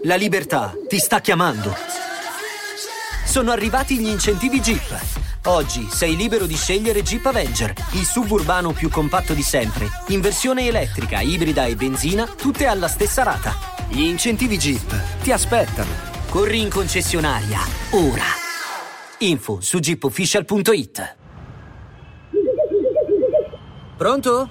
La libertà ti sta chiamando. Sono arrivati gli incentivi Jeep. Oggi sei libero di scegliere Jeep Avenger, il suburbano più compatto di sempre, in versione elettrica, ibrida e benzina, tutte alla stessa rata. Gli incentivi Jeep ti aspettano. Corri in concessionaria, ora. Info su jeepofficial.it. Pronto?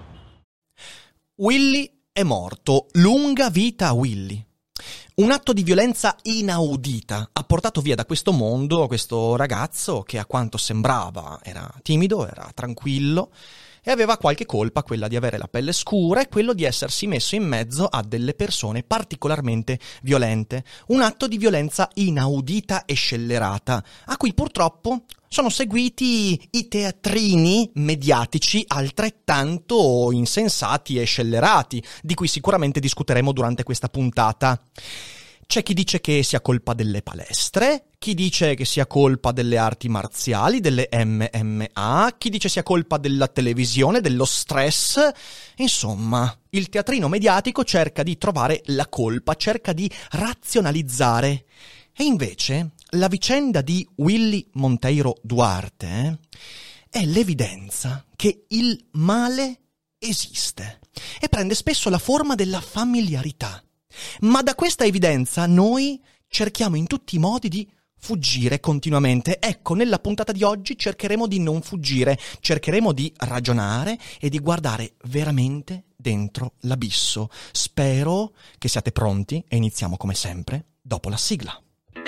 Willy è morto. Lunga vita a Willy. Un atto di violenza inaudita ha portato via da questo mondo questo ragazzo che, a quanto sembrava, era timido, era tranquillo e aveva qualche colpa, quella di avere la pelle scura e quello di essersi messo in mezzo a delle persone particolarmente violente. Un atto di violenza inaudita e scellerata, a cui purtroppo sono seguiti i teatrini mediatici altrettanto insensati e scellerati, di cui sicuramente discuteremo durante questa puntata. C'è chi dice che sia colpa delle palestre, chi dice che sia colpa delle arti marziali, delle MMA, chi dice sia colpa della televisione, dello stress. Insomma, il teatrino mediatico cerca di trovare la colpa, cerca di razionalizzare. E invece la vicenda di Willy Monteiro Duarte è l'evidenza che il male esiste e prende spesso la forma della familiarità. Ma da questa evidenza noi cerchiamo in tutti i modi di fuggire continuamente. Ecco, nella puntata di oggi cercheremo di non fuggire, cercheremo di ragionare e di guardare veramente dentro l'abisso. Spero che siate pronti e iniziamo come sempre dopo la sigla.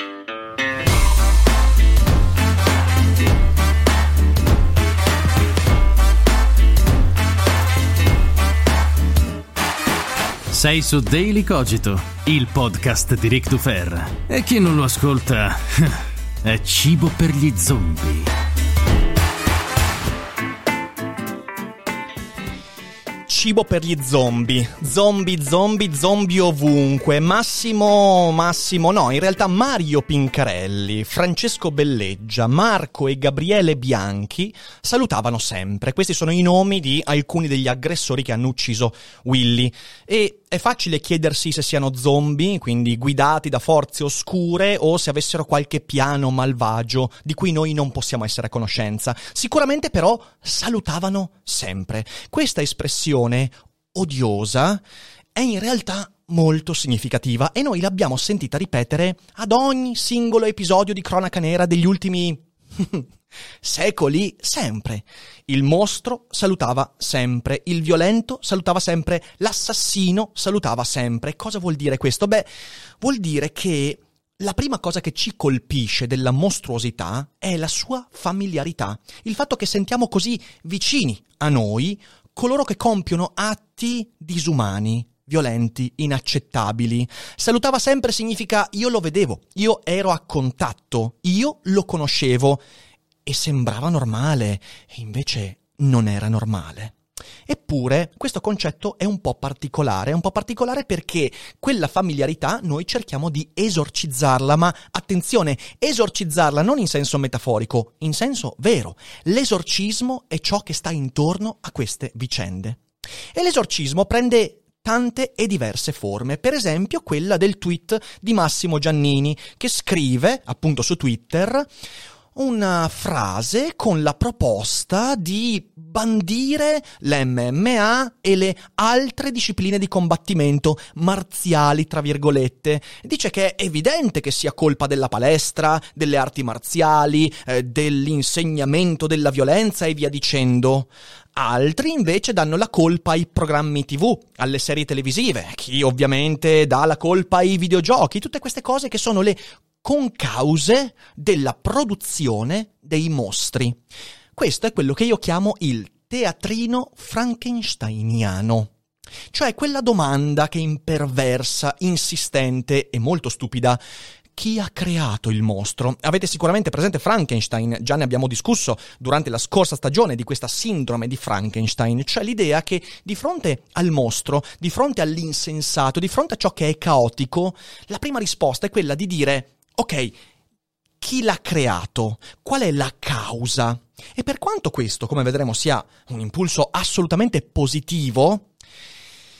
Sei su Daily Cogito, il podcast di Ric Dufer. E chi non lo ascolta è cibo per gli zombie. Cibo per gli zombie. Zombie ovunque. Massimo no, in realtà Mario Pincarelli, Francesco Belleggia, Marco e Gabriele Bianchi salutavano sempre. Questi sono i nomi di alcuni degli aggressori che hanno ucciso Willy. E è facile chiedersi se siano zombie, quindi guidati da forze oscure, o se avessero qualche piano malvagio di cui noi non possiamo essere a conoscenza. Sicuramente però salutavano sempre. Questa espressione odiosa è in realtà molto significativa e noi l'abbiamo sentita ripetere ad ogni singolo episodio di cronaca nera degli ultimi secoli, sempre. Il mostro salutava sempre, il violento salutava sempre, l'assassino salutava sempre. Cosa vuol dire questo? Beh, vuol dire che la prima cosa che ci colpisce della mostruosità è la sua familiarità, il fatto che sentiamo così vicini a noi coloro che compiono atti disumani, violenti, inaccettabili. Salutava sempre significa io lo vedevo, io ero a contatto, io lo conoscevo e sembrava normale, e invece non era normale. Eppure questo concetto è un po' particolare perché quella familiarità noi cerchiamo di esorcizzarla, ma attenzione, esorcizzarla non in senso metaforico, in senso vero. L'esorcismo è ciò che sta intorno a queste vicende. E l'esorcismo prende tante e diverse forme, per esempio quella del tweet di Massimo Giannini, che scrive, appunto su Twitter, una frase con la proposta di bandire l'MMA e le altre discipline di combattimento marziali, tra virgolette. Dice che è evidente che sia colpa della palestra, delle arti marziali, dell'insegnamento della violenza e via dicendo. Altri invece danno la colpa ai programmi TV, alle serie televisive, chi ovviamente dà la colpa ai videogiochi, tutte queste cose che sono le concause della produzione dei mostri. Questo è quello che io chiamo il teatrino frankensteiniano. Cioè quella domanda che imperversa, insistente e molto stupida: chi ha creato il mostro? Avete sicuramente presente Frankenstein, già ne abbiamo discusso durante la scorsa stagione di questa sindrome di Frankenstein, cioè l'idea che di fronte al mostro, di fronte all'insensato, di fronte a ciò che è caotico, la prima risposta è quella di dire: ok, chi l'ha creato? Qual è la causa? E per quanto questo, come vedremo, sia un impulso assolutamente positivo,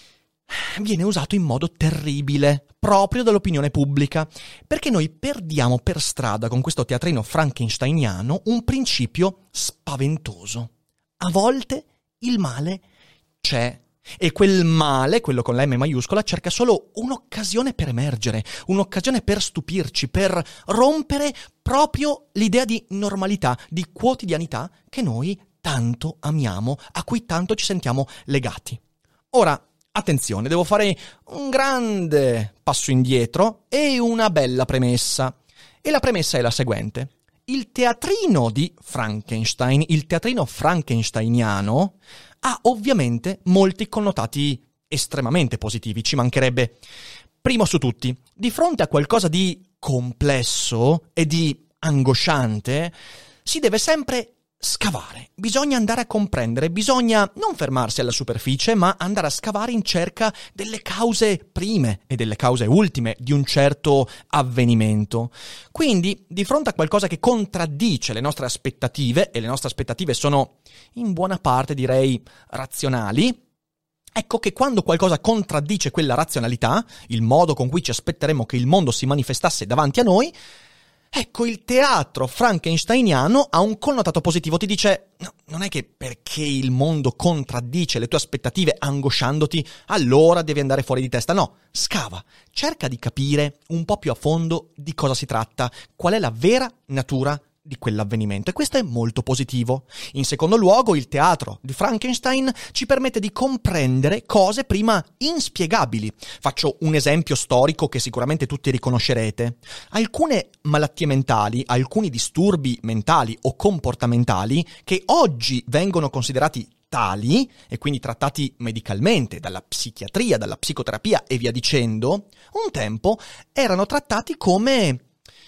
viene usato in modo terribile, proprio dall'opinione pubblica, perché noi perdiamo per strada con questo teatrino frankensteiniano un principio spaventoso. A volte il male c'è. E quel male, quello con la M maiuscola, cerca solo un'occasione per emergere, un'occasione per stupirci, per rompere proprio l'idea di normalità, di quotidianità che noi tanto amiamo, a cui tanto ci sentiamo legati. Ora, attenzione, devo fare un grande passo indietro e una bella premessa. E la premessa è la seguente. Il teatrino di Frankenstein, il teatrino frankensteiniano, ha ovviamente molti connotati estremamente positivi, ci mancherebbe. Primo su tutti, di fronte a qualcosa di complesso e di angosciante, si deve sempre scavare, bisogna andare a comprendere, bisogna non fermarsi alla superficie, ma andare a scavare in cerca delle cause prime e delle cause ultime di un certo avvenimento. Quindi, di fronte a qualcosa che contraddice le nostre aspettative, e le nostre aspettative sono in buona parte, direi, razionali, ecco che quando qualcosa contraddice quella razionalità, il modo con cui ci aspetteremmo che il mondo si manifestasse davanti a noi, ecco, il teatro frankensteiniano ha un connotato positivo, ti dice, no, non è che perché il mondo contraddice le tue aspettative angosciandoti, allora devi andare fuori di testa, no, scava, cerca di capire un po' più a fondo di cosa si tratta, qual è la vera natura di quell'avvenimento, e questo è molto positivo. In secondo luogo, il teatro di Frankenstein ci permette di comprendere cose prima inspiegabili. Faccio un esempio storico che sicuramente tutti riconoscerete. Alcune malattie mentali, alcuni disturbi mentali o comportamentali che oggi vengono considerati tali e quindi trattati medicalmente dalla psichiatria, dalla psicoterapia e via dicendo, un tempo erano trattati come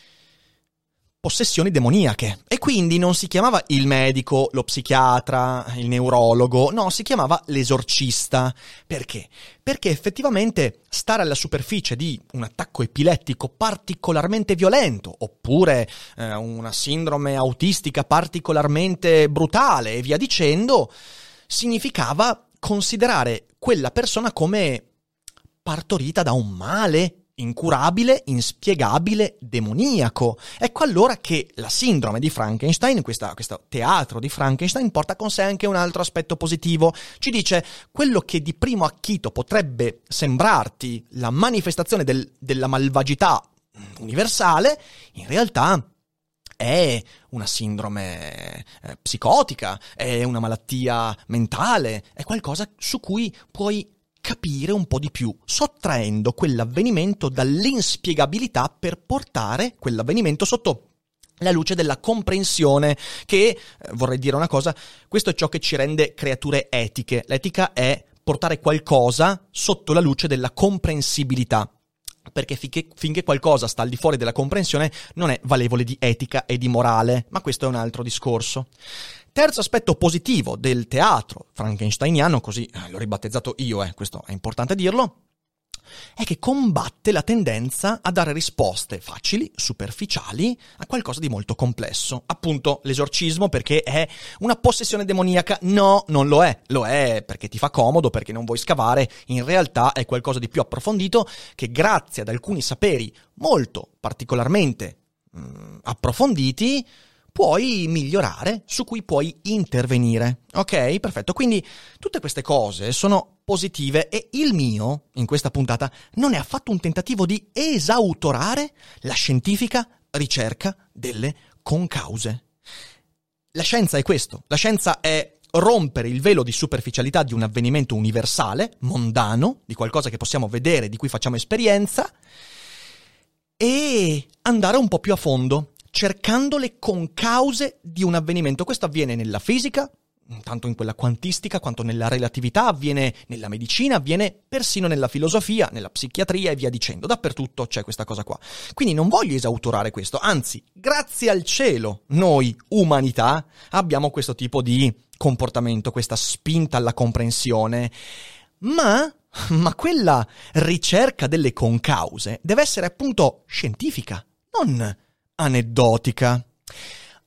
possessioni demoniache, e quindi non si chiamava il medico, lo psichiatra, il neurologo, no, si chiamava l'esorcista. Perché? Perché effettivamente stare alla superficie di un attacco epilettico particolarmente violento, oppure una sindrome autistica particolarmente brutale e via dicendo, significava considerare quella persona come partorita da un male incurabile, inspiegabile, demoniaco. Ecco allora che la sindrome di Frankenstein, questo teatro di Frankenstein, porta con sé anche un altro aspetto positivo. Ci dice, quello che di primo acchito potrebbe sembrarti la manifestazione della malvagità universale, in realtà è una sindrome psicotica, è una malattia mentale, è qualcosa su cui puoi capire un po' di più, sottraendo quell'avvenimento dall'inspiegabilità per portare quell'avvenimento sotto la luce della comprensione, che, vorrei dire una cosa, questo è ciò che ci rende creature etiche. L'etica è portare qualcosa sotto la luce della comprensibilità, perché finché qualcosa sta al di fuori della comprensione non è valevole di etica e di morale, ma questo è un altro discorso. Terzo aspetto positivo del teatro frankensteiniano, così l'ho ribattezzato io, questo è importante dirlo, è che combatte la tendenza a dare risposte facili, superficiali, a qualcosa di molto complesso. Appunto, l'esorcismo perché è una possessione demoniaca? No, non lo è. Lo è perché ti fa comodo, perché non vuoi scavare. In realtà è qualcosa di più approfondito che, grazie ad alcuni saperi molto particolarmente approfonditi, puoi migliorare, su cui puoi intervenire. Ok? Perfetto. Quindi tutte queste cose sono positive e il mio, in questa puntata, non è affatto un tentativo di esautorare la scientifica ricerca delle concause. La scienza è questo. La scienza è rompere il velo di superficialità di un avvenimento universale, mondano, di qualcosa che possiamo vedere, di cui facciamo esperienza, e andare un po' più a fondo, cercando le concause di un avvenimento. Questo avviene nella fisica, tanto in quella quantistica quanto nella relatività, avviene nella medicina, avviene persino nella filosofia, nella psichiatria e via dicendo. Dappertutto c'è questa cosa qua. Quindi non voglio esautorare questo, anzi, grazie al cielo, noi, umanità, abbiamo questo tipo di comportamento, questa spinta alla comprensione, ma quella ricerca delle concause deve essere appunto scientifica, non aneddotica.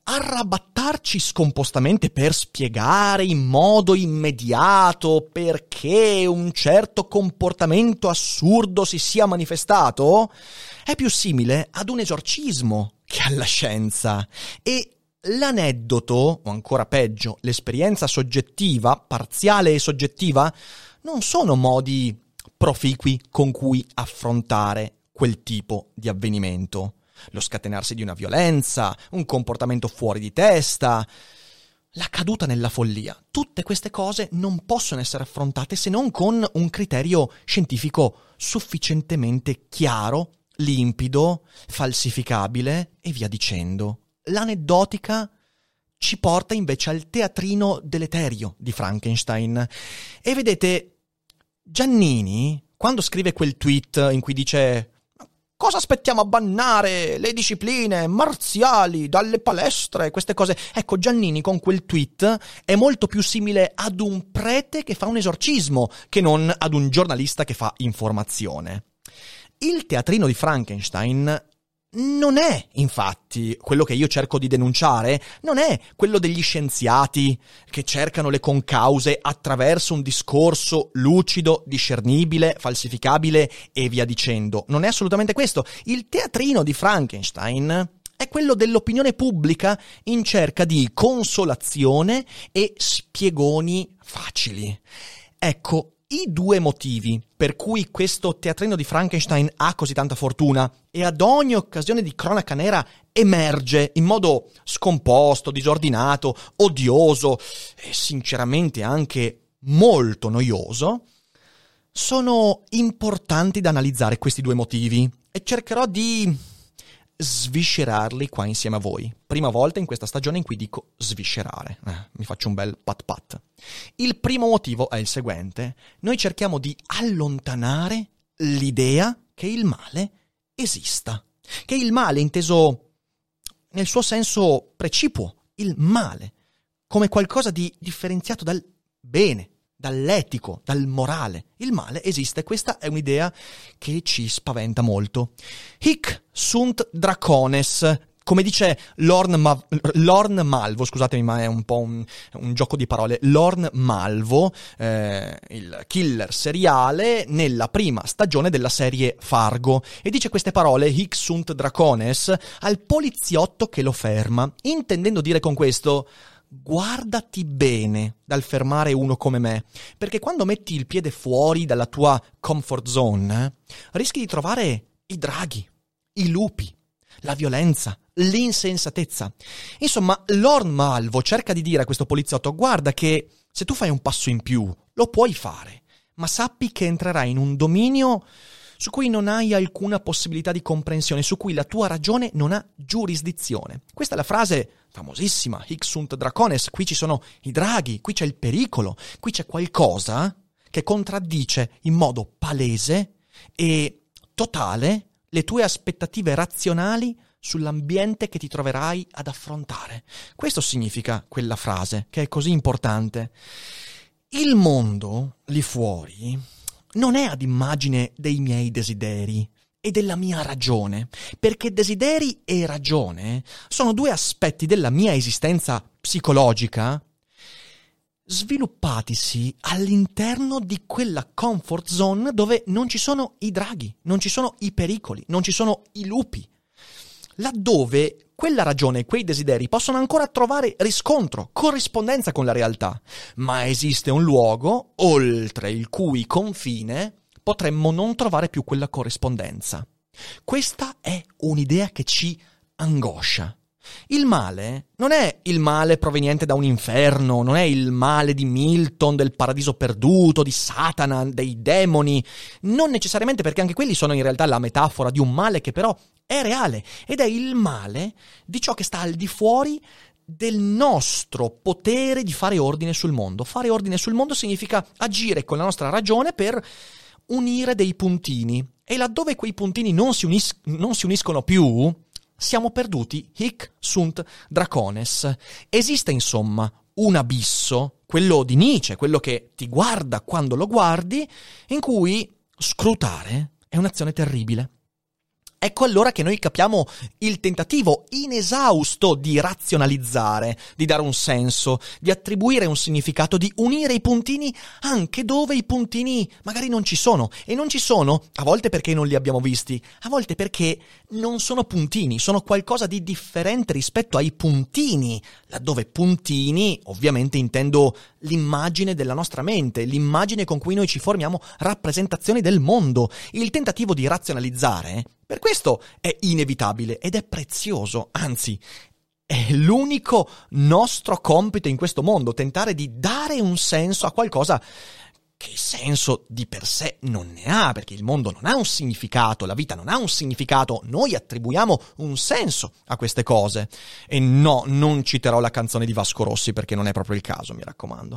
arrabattarci scompostamente per spiegare in modo immediato perché un certo comportamento assurdo si sia manifestato è più simile ad un esorcismo che alla scienza. E l'aneddoto, o ancora peggio, l'esperienza soggettiva, parziale e soggettiva, non sono modi proficui con cui affrontare quel tipo di avvenimento. Lo scatenarsi di una violenza, un comportamento fuori di testa, la caduta nella follia. Tutte queste cose non possono essere affrontate se non con un criterio scientifico sufficientemente chiaro, limpido, falsificabile e via dicendo. L'aneddotica ci porta invece al teatrino deleterio di Frankenstein. E vedete, Giannini, quando scrive quel tweet in cui dice cosa aspettiamo a bannare le discipline marziali dalle palestre, queste cose, ecco, Giannini con quel tweet è molto più simile ad un prete che fa un esorcismo che non ad un giornalista che fa informazione. Il teatrino di Frankenstein non è, infatti, quello che io cerco di denunciare, non è quello degli scienziati che cercano le concause attraverso un discorso lucido, discernibile, falsificabile e via dicendo. Non è assolutamente questo. Il teatrino di Frankenstein è quello dell'opinione pubblica in cerca di consolazione e spiegoni facili. Ecco, i due motivi per cui questo teatrino di Frankenstein ha così tanta fortuna e ad ogni occasione di cronaca nera emerge in modo scomposto, disordinato, odioso e sinceramente anche molto noioso, sono importanti da analizzare questi due motivi e cercherò di sviscerarli qua insieme a voi. Prima volta in questa stagione in cui dico sviscerare. Mi faccio un bel pat pat. Il primo motivo è il seguente. Noi cerchiamo di allontanare l'idea che il male esista. Che il male inteso nel suo senso precipuo, il male, come qualcosa di differenziato dal bene, dall'etico, dal morale. Il male esiste, questa è un'idea che ci spaventa molto. Hic sunt dracones, come dice Lorne Malvo, scusatemi ma è un po' un gioco di parole, Lorne Malvo, il killer seriale nella prima stagione della serie Fargo, e dice queste parole, hic sunt dracones, al poliziotto che lo ferma, intendendo dire con questo: guardati bene dal fermare uno come me, perché quando metti il piede fuori dalla tua comfort zone, rischi di trovare i draghi, i lupi, la violenza, l'insensatezza. Insomma, Lorne Malvo cerca di dire a questo poliziotto: guarda che se tu fai un passo in più, lo puoi fare, ma sappi che entrerai in un dominio su cui non hai alcuna possibilità di comprensione, su cui la tua ragione non ha giurisdizione. Questa è la frase famosissima, hic sunt dracones, qui ci sono i draghi, qui c'è il pericolo, qui c'è qualcosa che contraddice in modo palese e totale le tue aspettative razionali sull'ambiente che ti troverai ad affrontare. Questo significa quella frase, che è così importante. Il mondo lì fuori non è ad immagine dei miei desideri e della mia ragione, perché desideri e ragione sono due aspetti della mia esistenza psicologica sviluppatisi all'interno di quella comfort zone dove non ci sono i draghi, non ci sono i pericoli, non ci sono i lupi, laddove quella ragione e quei desideri possono ancora trovare riscontro, corrispondenza con la realtà, ma esiste un luogo oltre il cui confine potremmo non trovare più quella corrispondenza. Questa è un'idea che ci angoscia. Il male non è il male proveniente da un inferno, non è il male di Milton, del paradiso perduto, di Satana, dei demoni, non necessariamente, perché anche quelli sono in realtà la metafora di un male che però è reale, ed è il male di ciò che sta al di fuori del nostro potere di fare ordine sul mondo. Fare ordine sul mondo significa agire con la nostra ragione per unire dei puntini, e laddove quei puntini non si uniscono più, siamo perduti. Hic sunt dracones. Esiste insomma un abisso, quello di Nietzsche, quello che ti guarda quando lo guardi, in cui scrutare è un'azione terribile. Ecco allora che noi capiamo il tentativo inesausto di razionalizzare, di dare un senso, di attribuire un significato, di unire i puntini anche dove i puntini magari non ci sono. E non ci sono, a volte perché non li abbiamo visti, a volte perché non sono puntini, sono qualcosa di differente rispetto ai puntini, laddove puntini, ovviamente intendo l'immagine della nostra mente, l'immagine con cui noi ci formiamo rappresentazioni del mondo. Il tentativo di razionalizzare, per questo è inevitabile ed è prezioso, anzi, è l'unico nostro compito in questo mondo, tentare di dare un senso a qualcosa che senso di per sé non ne ha, perché il mondo non ha un significato, la vita non ha un significato, noi attribuiamo un senso a queste cose. E no, non citerò la canzone di Vasco Rossi perché non è proprio il caso, mi raccomando.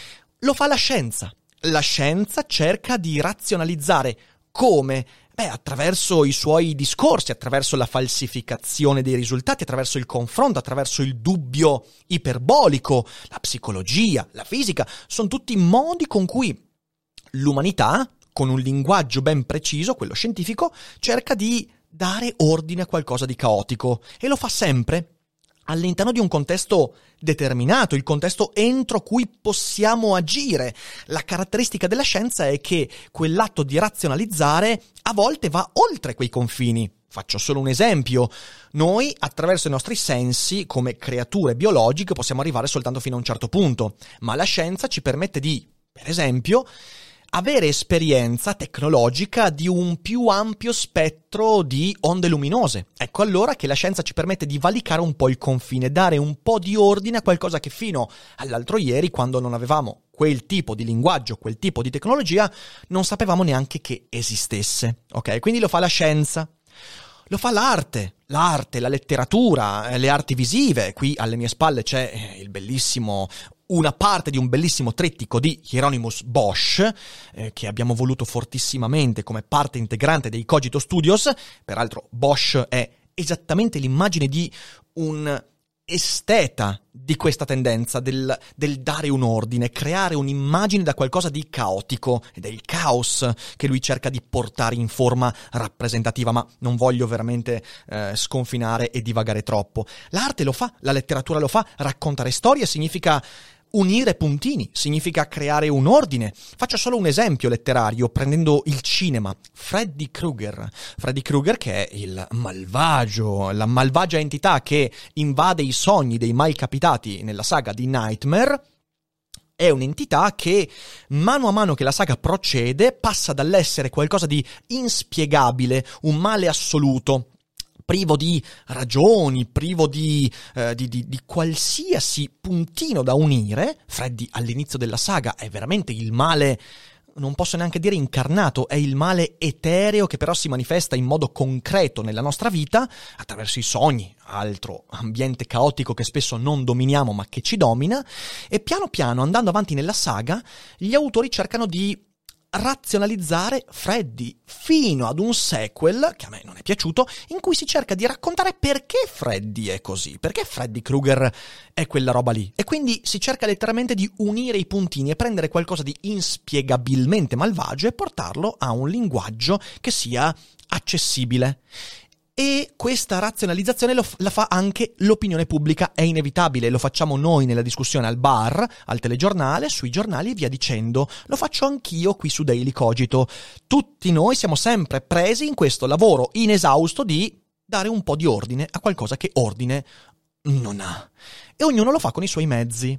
Lo fa la scienza. La scienza cerca di razionalizzare come? Attraverso i suoi discorsi, attraverso la falsificazione dei risultati, attraverso il confronto, attraverso il dubbio iperbolico, la psicologia, la fisica, sono tutti modi con cui l'umanità, con un linguaggio ben preciso, quello scientifico, cerca di dare ordine a qualcosa di caotico e lo fa sempre all'interno di un contesto determinato, il contesto entro cui possiamo agire. La caratteristica della scienza è che quell'atto di razionalizzare a volte va oltre quei confini. Faccio solo un esempio. Noi, attraverso i nostri sensi, come creature biologiche, possiamo arrivare soltanto fino a un certo punto, ma la scienza ci permette di, per esempio, avere esperienza tecnologica di un più ampio spettro di onde luminose. Ecco allora che la scienza ci permette di valicare un po' il confine, dare un po' di ordine a qualcosa che fino all'altro ieri, quando non avevamo quel tipo di linguaggio, quel tipo di tecnologia, non sapevamo neanche che esistesse. Ok? Quindi lo fa la scienza. Lo fa l'arte, la letteratura, le arti visive. Qui alle mie spalle c'è una parte di un bellissimo trittico di Hieronymus Bosch, che abbiamo voluto fortissimamente come parte integrante dei Cogito Studios. Peraltro Bosch è esattamente l'immagine di un esteta di questa tendenza del dare un ordine, creare un'immagine da qualcosa di caotico, ed è il caos che lui cerca di portare in forma rappresentativa, ma non voglio veramente sconfinare e divagare troppo. L'arte lo fa, la letteratura lo fa, raccontare storie significa unire puntini, significa creare un ordine. Faccio solo un esempio letterario, prendendo il cinema. Freddy Krueger, che è la malvagia entità che invade i sogni dei malcapitati nella saga di Nightmare, è un'entità che, mano a mano che la saga procede, passa dall'essere qualcosa di inspiegabile, un male assoluto, privo di ragioni, privo di qualsiasi puntino da unire. Freddy all'inizio della saga è veramente il male, non posso neanche dire incarnato, è il male etereo che però si manifesta in modo concreto nella nostra vita attraverso i sogni, altro ambiente caotico che spesso non dominiamo ma che ci domina. E piano piano, andando avanti nella saga, gli autori cercano di razionalizzare Freddy fino ad un sequel, che a me non è piaciuto, in cui si cerca di raccontare perché Freddy è così, perché Freddy Krueger è quella roba lì. E quindi si cerca letteralmente di unire i puntini e prendere qualcosa di inspiegabilmente malvagio e portarlo a un linguaggio che sia accessibile. E questa razionalizzazione la fa anche l'opinione pubblica, è inevitabile, lo facciamo noi nella discussione al bar, al telegiornale, sui giornali e via dicendo, lo faccio anch'io qui su Daily Cogito. Tutti noi siamo sempre presi in questo lavoro inesausto di dare un po' di ordine a qualcosa che ordine non ha. E ognuno lo fa con i suoi mezzi.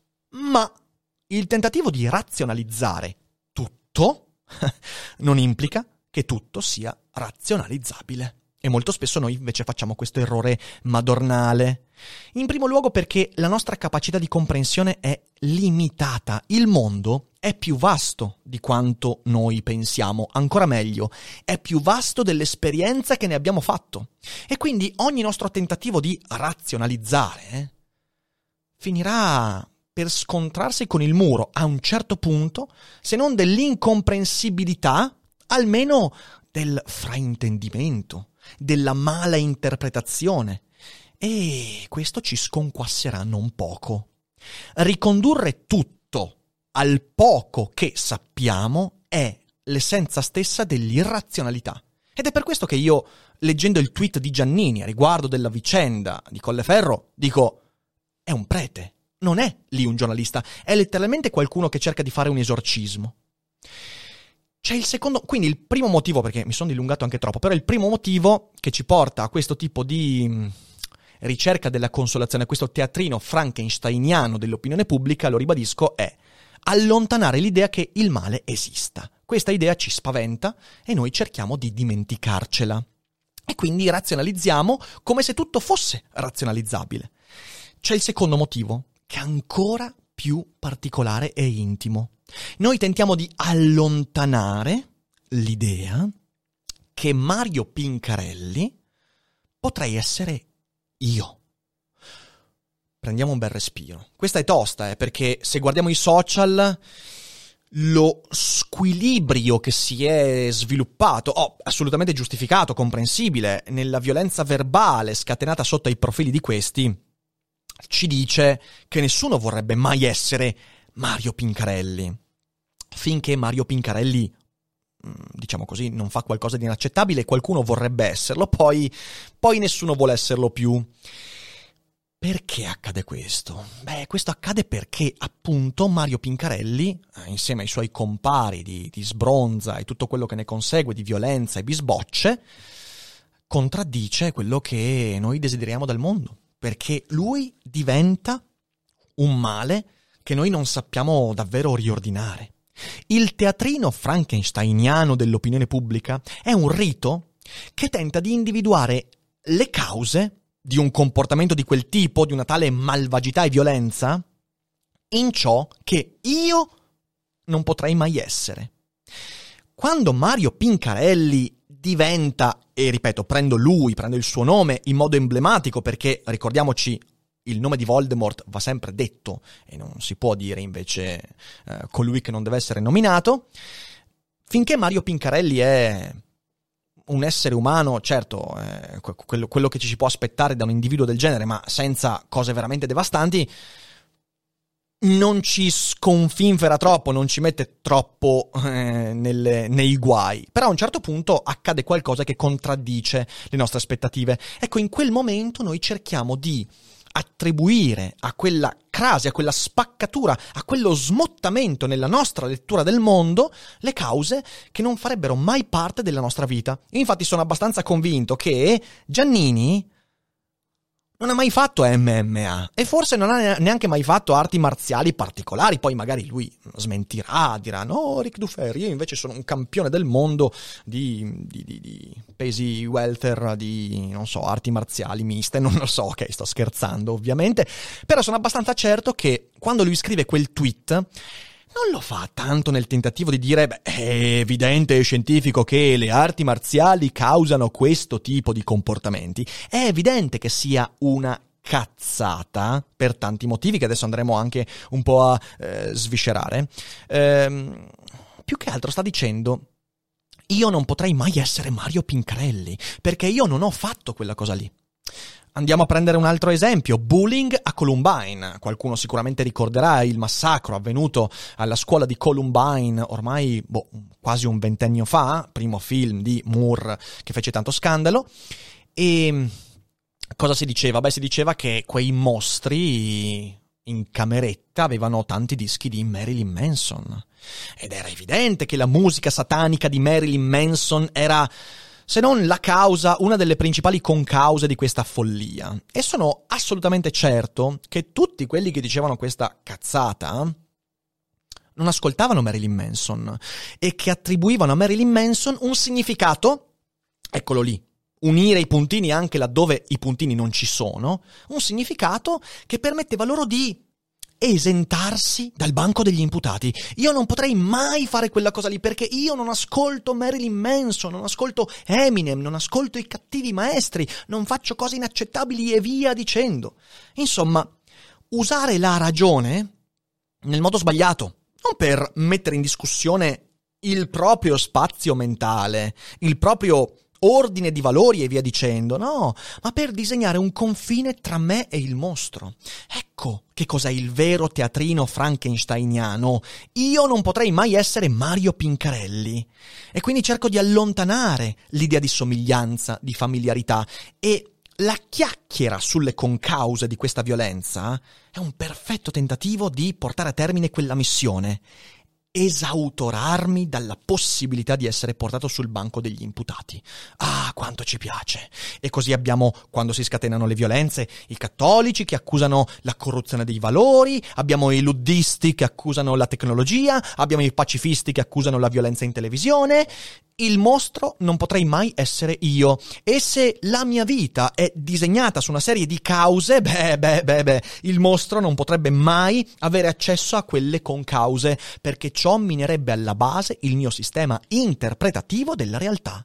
Ma il tentativo di razionalizzare tutto non implica che tutto sia razionalizzabile. E molto spesso noi invece facciamo questo errore madornale. In primo luogo perché la nostra capacità di comprensione è limitata. Il mondo è più vasto di quanto noi pensiamo. Ancora meglio, è più vasto dell'esperienza che ne abbiamo fatto. E quindi ogni nostro tentativo di razionalizzare finirà per scontrarsi con il muro a un certo punto, se non dell'incomprensibilità, almeno del fraintendimento, della mala interpretazione, e questo ci sconquasserà non poco. Ricondurre tutto al poco che sappiamo è l'essenza stessa dell'irrazionalità. Ed è per questo che io, leggendo il tweet di Giannini a riguardo della vicenda di Colleferro, dico, è un prete, non è lì un giornalista, è letteralmente qualcuno che cerca di fare un esorcismo. C'è il secondo, quindi il primo motivo, perché mi sono dilungato anche troppo, però il primo motivo che ci porta a questo tipo di ricerca della consolazione, questo teatrino frankensteiniano dell'opinione pubblica, lo ribadisco, è allontanare l'idea che il male esista. Questa idea ci spaventa e noi cerchiamo di dimenticarcela. E quindi razionalizziamo come se tutto fosse razionalizzabile. C'è il secondo motivo, che è ancora più particolare e intimo. Noi tentiamo di allontanare l'idea che Mario Pincarelli potrei essere io. Prendiamo un bel respiro. Questa è tosta, perché se guardiamo i social, lo squilibrio che si è sviluppato, assolutamente giustificato, comprensibile, nella violenza verbale scatenata sotto ai profili di questi, ci dice che nessuno vorrebbe mai essere Mario Pincarelli. Finché Mario Pincarelli, diciamo così, non fa qualcosa di inaccettabile, qualcuno vorrebbe esserlo, poi nessuno vuole esserlo più. Perché accade questo? Questo accade perché appunto Mario Pincarelli, insieme ai suoi compari di sbronza e tutto quello che ne consegue di violenza e bisbocce, contraddice quello che noi desideriamo dal mondo. Perché lui diventa un male che noi non sappiamo davvero riordinare. Il teatrino frankensteiniano dell'opinione pubblica è un rito che tenta di individuare le cause di un comportamento di quel tipo, di una tale malvagità e violenza, in ciò che io non potrei mai essere. Quando Mario Pincarelli diventa, e ripeto, prendo il suo nome in modo emblematico, perché ricordiamoci, il nome di Voldemort va sempre detto e non si può dire invece colui che non deve essere nominato. Finché Mario Pincarelli è un essere umano, certo, quello che ci si può aspettare da un individuo del genere, ma senza cose veramente devastanti, non ci sconfinfera troppo, non ci mette troppo nei guai. Però a un certo punto accade qualcosa che contraddice le nostre aspettative. Ecco, in quel momento noi cerchiamo di attribuire a quella crasi, a quella spaccatura, a quello smottamento nella nostra lettura del mondo, le cause che non farebbero mai parte della nostra vita. Io infatti sono abbastanza convinto che Giannini non ha mai fatto MMA e forse non ha neanche mai fatto arti marziali particolari. Poi magari lui smentirà, dirà no, Ric Dufer, io invece sono un campione del mondo di pesi welter, di non so, arti marziali miste, non lo so, ok, sto scherzando ovviamente, però sono abbastanza certo che quando lui scrive quel tweet non lo fa tanto nel tentativo di dire è evidente e scientifico che le arti marziali causano questo tipo di comportamenti. È evidente che sia una cazzata per tanti motivi che adesso andremo anche un po' a sviscerare. Più che altro sta dicendo: io non potrei mai essere Mario Pincarelli perché io non ho fatto quella cosa lì. Andiamo a prendere un altro esempio, bullying a Columbine. Qualcuno sicuramente ricorderà il massacro avvenuto alla scuola di Columbine ormai quasi un ventennio fa, primo film di Moore che fece tanto scandalo. E cosa si diceva? Si diceva che quei mostri in cameretta avevano tanti dischi di Marilyn Manson. Ed era evidente che la musica satanica di Marilyn Manson era, se non la causa, una delle principali concause di questa follia. E sono assolutamente certo che tutti quelli che dicevano questa cazzata non ascoltavano Marilyn Manson e che attribuivano a Marilyn Manson un significato, eccolo lì, unire i puntini anche laddove i puntini non ci sono, un significato che permetteva loro di esentarsi dal banco degli imputati. Io non potrei mai fare quella cosa lì perché io non ascolto Marilyn Manson, non ascolto Eminem, non ascolto i cattivi maestri, non faccio cose inaccettabili e via dicendo. Insomma, usare la ragione nel modo sbagliato, non per mettere in discussione il proprio spazio mentale, il proprio ordine di valori e via dicendo, no, ma per disegnare un confine tra me e il mostro. Ecco che cos'è il vero teatrino frankensteiniano. Io non potrei mai essere Mario Pincarelli e quindi cerco di allontanare l'idea di somiglianza, di familiarità, e la chiacchiera sulle concause di questa violenza è un perfetto tentativo di portare a termine quella missione. Esautorarmi dalla possibilità di essere portato sul banco degli imputati. Ah, quanto ci piace! E così abbiamo, quando si scatenano le violenze, i cattolici che accusano la corruzione dei valori, abbiamo i luddisti che accusano la tecnologia, abbiamo i pacifisti che accusano la violenza in televisione. Il mostro non potrei mai essere io. E se la mia vita è disegnata su una serie di cause, il mostro non potrebbe mai avere accesso a quelle concause, perché ciò minerebbe alla base il mio sistema interpretativo della realtà.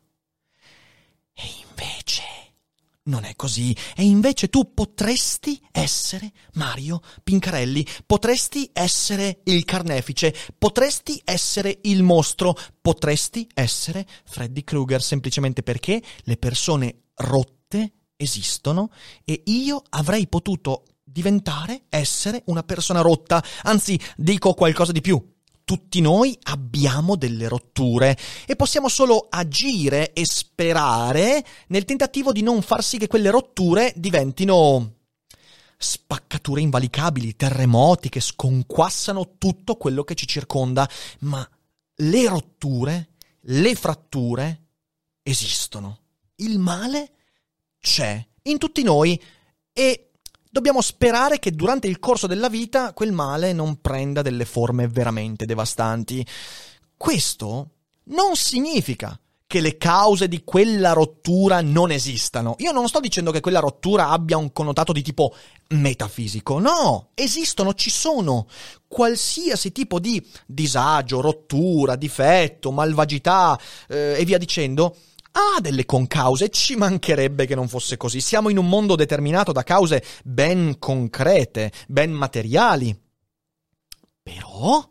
E invece non è così. E invece tu potresti essere Mario Pincarelli, potresti essere il carnefice, potresti essere il mostro, potresti essere Freddy Krueger, semplicemente perché le persone rotte esistono e io avrei potuto essere una persona rotta. Anzi, dico qualcosa di più. Tutti noi abbiamo delle rotture e possiamo solo agire e sperare nel tentativo di non far sì che quelle rotture diventino spaccature invalicabili, terremoti che sconquassano tutto quello che ci circonda. Ma le rotture, le fratture esistono. Il male c'è in tutti noi e dobbiamo sperare che durante il corso della vita quel male non prenda delle forme veramente devastanti. Questo non significa che le cause di quella rottura non esistano. Io non sto dicendo che quella rottura abbia un connotato di tipo metafisico. No, esistono, ci sono. Qualsiasi tipo di disagio, rottura, difetto, malvagità e via dicendo ha delle concause, ci mancherebbe che non fosse così. Siamo in un mondo determinato da cause ben concrete, ben materiali. Però,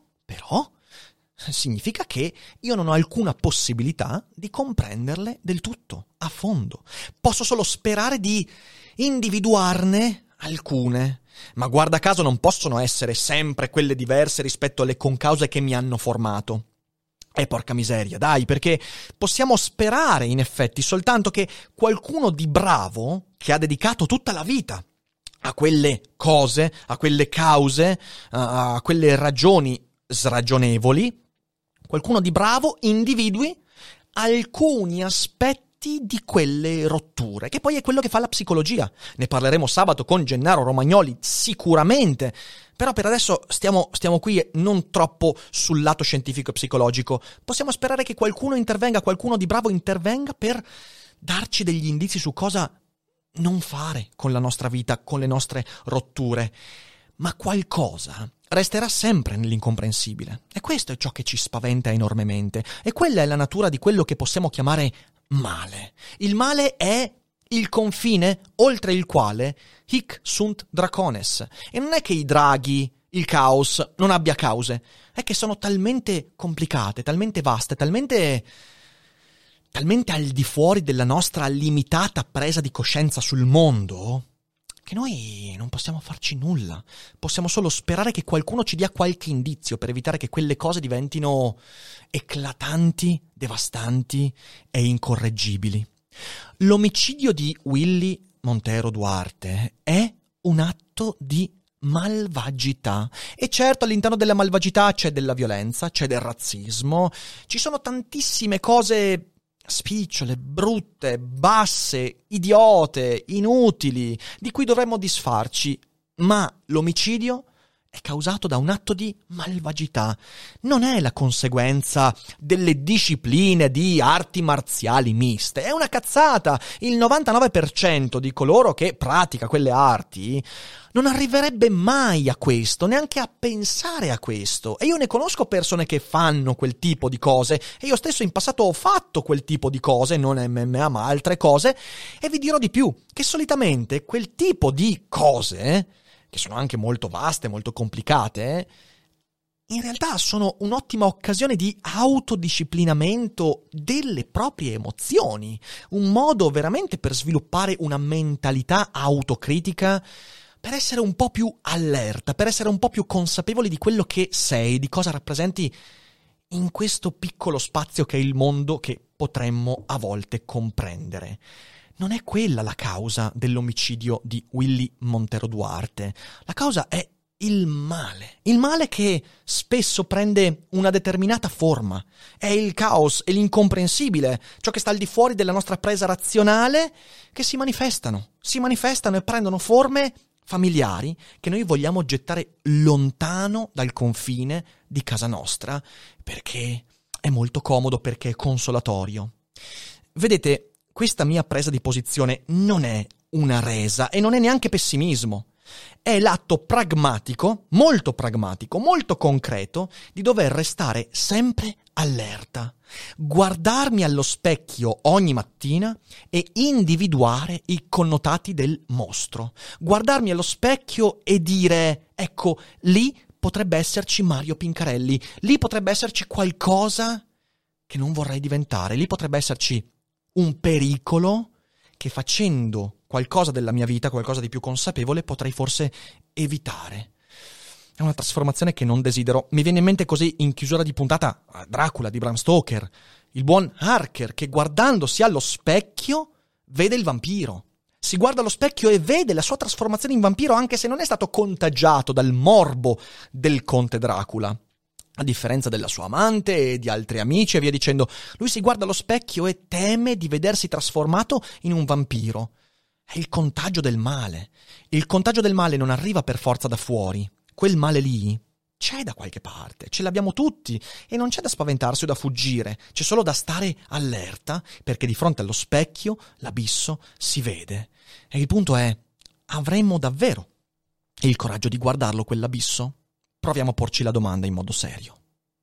significa che io non ho alcuna possibilità di comprenderle del tutto, a fondo. Posso solo sperare di individuarne alcune. Ma guarda caso non possono essere sempre quelle diverse rispetto alle concause che mi hanno formato. Porca miseria, dai, perché possiamo sperare in effetti soltanto che qualcuno di bravo, che ha dedicato tutta la vita a quelle cose, a quelle cause, a quelle ragioni sragionevoli, qualcuno di bravo individui alcuni aspetti di quelle rotture, che poi è quello che fa la psicologia. Ne parleremo sabato con Gennaro Romagnoli sicuramente, però per adesso stiamo qui non troppo sul lato scientifico e psicologico. Possiamo sperare che qualcuno intervenga, qualcuno di bravo intervenga per darci degli indizi su cosa non fare con la nostra vita, con le nostre rotture. Ma qualcosa resterà sempre nell'incomprensibile. E questo è ciò che ci spaventa enormemente. E quella è la natura di quello che possiamo chiamare male. Il male è il confine oltre il quale hic sunt dracones. E non è che i draghi, il caos, non abbia cause. È che sono talmente complicate, talmente vaste, talmente al di fuori della nostra limitata presa di coscienza sul mondo, che noi non possiamo farci nulla. Possiamo solo sperare che qualcuno ci dia qualche indizio per evitare che quelle cose diventino eclatanti, devastanti e incorreggibili. L'omicidio di Willy Montero Duarte è un atto di malvagità. E certo, all'interno della malvagità c'è della violenza, c'è del razzismo, ci sono tantissime cose spicciole, brutte, basse, idiote, inutili, di cui dovremmo disfarci, ma l'omicidio è causato da un atto di malvagità. Non è la conseguenza delle discipline di arti marziali miste, è una cazzata. Il 99% di coloro che pratica quelle arti non arriverebbe mai a questo, neanche a pensare a questo. E io ne conosco persone che fanno quel tipo di cose, e io stesso in passato ho fatto quel tipo di cose, non MMA ma altre cose, e vi dirò di più, che solitamente quel tipo di cose, che sono anche molto vaste, molto complicate, in realtà sono un'ottima occasione di autodisciplinamento delle proprie emozioni, un modo veramente per sviluppare una mentalità autocritica, per essere un po' più allerta, per essere un po' più consapevoli di quello che sei, di cosa rappresenti in questo piccolo spazio che è il mondo che potremmo a volte comprendere. Non è quella la causa dell'omicidio di Willy Montero Duarte. La causa è il male che spesso prende una determinata forma. È il caos, è l'incomprensibile, ciò che sta al di fuori della nostra presa razionale, che si manifestano e prendono forme familiari che noi vogliamo gettare lontano dal confine di casa nostra, perché è molto comodo, perché è consolatorio. Vedete, questa mia presa di posizione non è una resa e non è neanche pessimismo. È l'atto pragmatico, molto concreto, di dover restare sempre allerta, guardarmi allo specchio ogni mattina e individuare i connotati del mostro, guardarmi allo specchio e dire, ecco, lì potrebbe esserci Mario Pincarelli, lì potrebbe esserci qualcosa che non vorrei diventare, lì potrebbe esserci un pericolo che facendo qualcosa della mia vita, qualcosa di più consapevole, potrei forse evitare. È una trasformazione che non desidero. Mi viene in mente così, in chiusura di puntata, Dracula di Bram Stoker, il buon Harker che guardandosi allo specchio vede il vampiro. Si guarda allo specchio e vede la sua trasformazione in vampiro, anche se non è stato contagiato dal morbo del conte Dracula. A differenza della sua amante e di altri amici e via dicendo, lui si guarda allo specchio e teme di vedersi trasformato in un vampiro. È il contagio del male. Il contagio del male non arriva per forza da fuori. Quel male lì c'è da qualche parte, ce l'abbiamo tutti e non c'è da spaventarsi o da fuggire, c'è solo da stare allerta perché di fronte allo specchio l'abisso si vede. E il punto è, avremmo davvero il coraggio di guardarlo quell'abisso? Proviamo a porci la domanda in modo serio.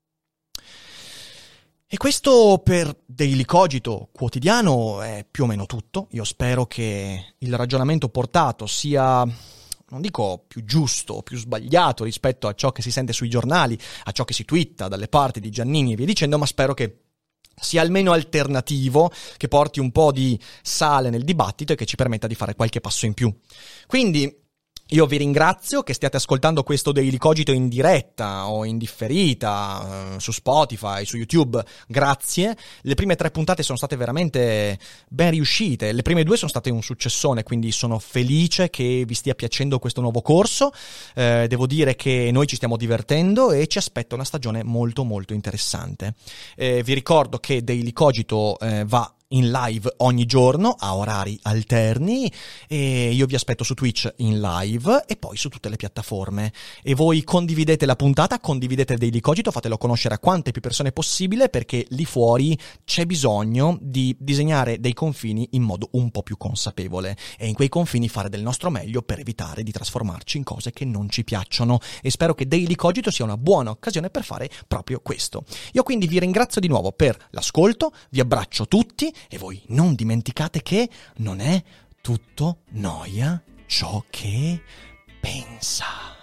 E questo per Daily Cogito quotidiano è più o meno tutto. Io spero che il ragionamento portato sia, non dico più giusto o più sbagliato rispetto a ciò che si sente sui giornali, a ciò che si twitta dalle parti di Giannini e via dicendo, ma spero che sia almeno alternativo, che porti un po' di sale nel dibattito e che ci permetta di fare qualche passo in più. Quindi io vi ringrazio che stiate ascoltando questo Daily Cogito in diretta o in differita su Spotify, su YouTube. Grazie. Le prime 3 puntate sono state veramente ben riuscite. Le prime 2 sono state un successone, quindi sono felice che vi stia piacendo questo nuovo corso. Devo dire che noi ci stiamo divertendo e ci aspetta una stagione molto molto interessante. Vi ricordo che Daily Cogito va in live ogni giorno a orari alterni e io vi aspetto su Twitch in live e poi su tutte le piattaforme. E voi condividete la puntata, condividete Daily Cogito, fatelo conoscere a quante più persone possibile, perché lì fuori c'è bisogno di disegnare dei confini in modo un po' più consapevole e in quei confini fare del nostro meglio per evitare di trasformarci in cose che non ci piacciono, e spero che Daily Cogito sia una buona occasione per fare proprio questo. Io quindi vi ringrazio di nuovo per l'ascolto, vi abbraccio tutti e voi non dimenticate che non è tutto noia ciò che pensa.